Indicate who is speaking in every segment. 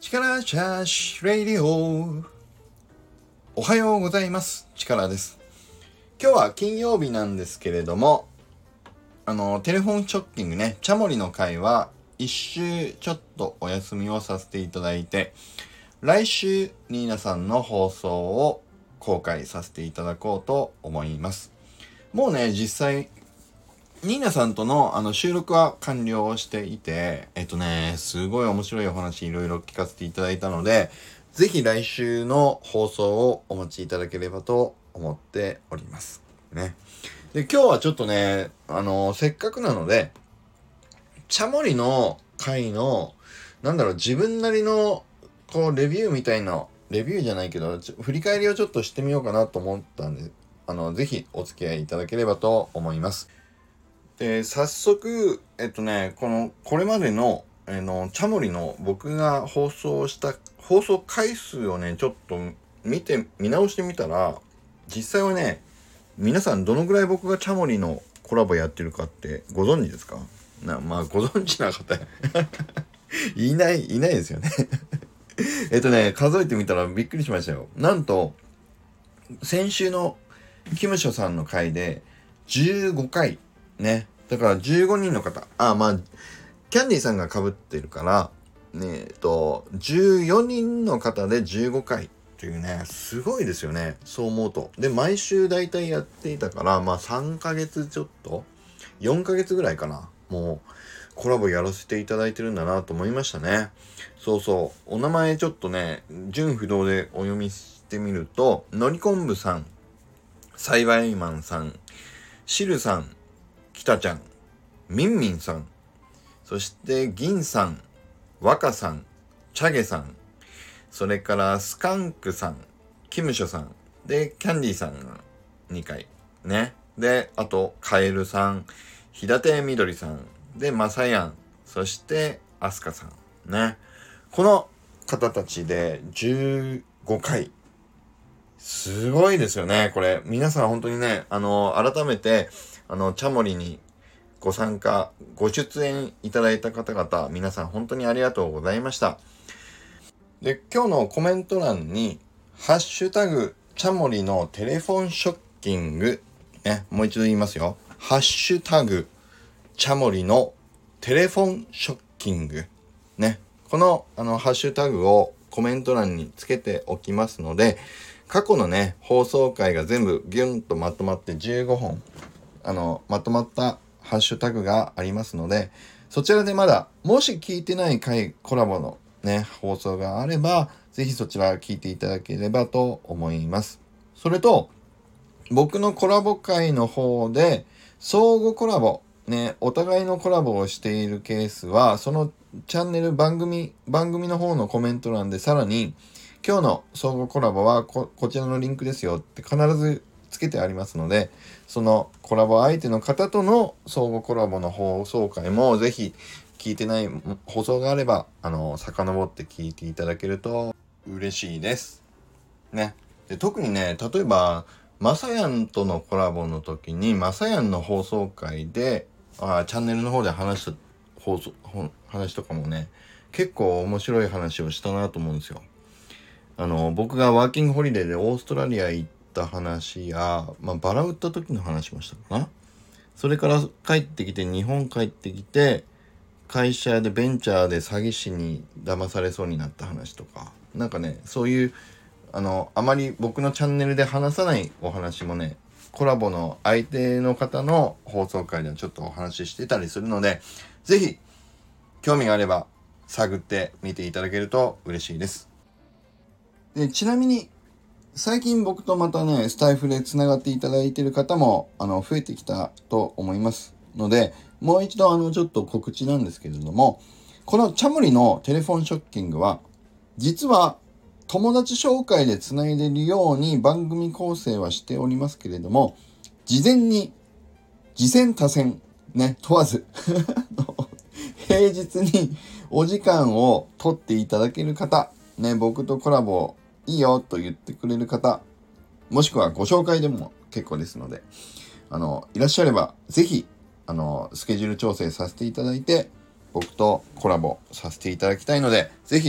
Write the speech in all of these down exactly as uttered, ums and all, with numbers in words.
Speaker 1: 力チャーシュレイディオ。おはようございます。力です。今日は金曜日なんですけれども、あのテレフォンショッキングね、チャモリの会は一週ちょっとお休みをさせていただいて、来週ニーナさんの放送を公開させていただこうと思います。もうね、実際ニーナさんとのあの収録は完了していて、えっとね、すごい面白いお話いろいろ聞かせていただいたので、ぜひ来週の放送をお待ちいただければと思っておりますね。で、今日はちょっとね、あのせっかくなので、チャモリの回のなんだろう、自分なりのこうレビューみたいな、レビューじゃないけど振り返りをちょっとしてみようかなと思ったんで、あのぜひお付き合いいただければと思います。で、早速、えっとね、この、これまでの、あの、チャモリの僕が放送した、放送回数をね、ちょっと見て、見直してみたら、実際はね、皆さんどのぐらい僕がチャモリのコラボやってるかってご存知ですか？な、まあ、ご存知な方、いない、いないですよね。えっとね、数えてみたらびっくりしましたよ。なんと、先週のキムショさんの回でじゅうごかい、ね。だからじゅうごにんの方。あ、まあ、キャンディーさんが被ってるから、ねえっと、じゅうよにんの方でじゅうごかいっていうね、すごいですよね。そう思うと。で、毎週だいたいやっていたから、まあさんかげつちょっと ?よん ヶ月ぐらいかな。もう、コラボやらせていただいてるんだなと思いましたね。そうそう。お名前ちょっとね、順不動でお読みしてみると、のりこんぶさん、サイバイマンさん、シルさん、きたちゃん、みんみんさん、そして銀さん、若さん、チャゲさん、それからスカンクさん、キムショさん、で、キャンディーさんがにかい、ね。で、あと、カエルさん、ひだてみどりさん、で、まさやん、そして、アスカさん、ね。この方たちでじゅうごかい。すごいですよね、これ。皆さん本当にね、あの、改めて、あの、チャモリにご参加、ご出演いただいた方々、皆さん本当にありがとうございました。で、今日のコメント欄に、ハッシュタグ、チャモリのテレフォンショッキング、ね、もう一度言いますよ。ハッシュタグ、チャモリのテレフォンショッキング、ね、この、あの、ハッシュタグをコメント欄につけておきますので、過去のね、放送回が全部ギュンとまとまってじゅうごほん、あの、まとまったハッシュタグがありますので、そちらでまだ、もし聞いてない回、コラボのね、放送があれば、ぜひそちら聞いていただければと思います。それと、僕のコラボ回の方で、相互コラボ、ね、お互いのコラボをしているケースは、そのチャンネル番組、番組の方のコメント欄でさらに、今日の相互コラボは こ, こちらのリンクですよって必ずつけてありますので、そのコラボ相手の方との相互コラボの放送回もぜひ聞いてない放送があれば、あの、遡って聞いていただけると嬉しいです。ね。で、特にね、例えば、まさやんとのコラボの時に、まさやんの放送回で、あチャンネルの方で話した放送、話とかもね、結構面白い話をしたなと思うんですよ。あの、僕がワーキングホリデーでオーストラリア行った話や、まあ、バラ売った時の話もしたかな。それから帰ってきて、日本帰ってきて、会社でベンチャーで詐欺師に騙されそうになった話とか、なんかね、そういう、あの、あまり僕のチャンネルで話さないお話もね、コラボの相手の方の放送回ではちょっとお話ししてたりするので、ぜひ、興味があれば、探ってみていただけると嬉しいです。で、ちなみに、最近僕とまたね、スタイフでつながっていただいている方も、あの、増えてきたと思いますので、もう一度、あの、ちょっと告知なんですけれども、このチャモリのテレフォンショッキングは、実は、友達紹介でつないでいるように番組構成はしておりますけれども、事前に、次戦他戦、ね、問わず、平日にお時間を取っていただける方、ね、僕とコラボいいよと言ってくれる方、もしくはご紹介でも結構ですので、あの、いらっしゃれば、ぜひ、あの、スケジュール調整させていただいて、僕とコラボさせていただきたいので、ぜひ、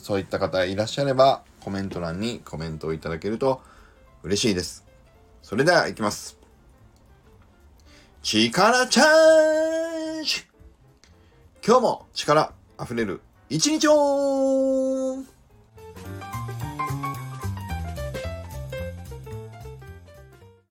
Speaker 1: そういった方いらっしゃればコメント欄にコメントをいただけると嬉しいです。それでは行きます。力チャージ。今日も力あふれる一日を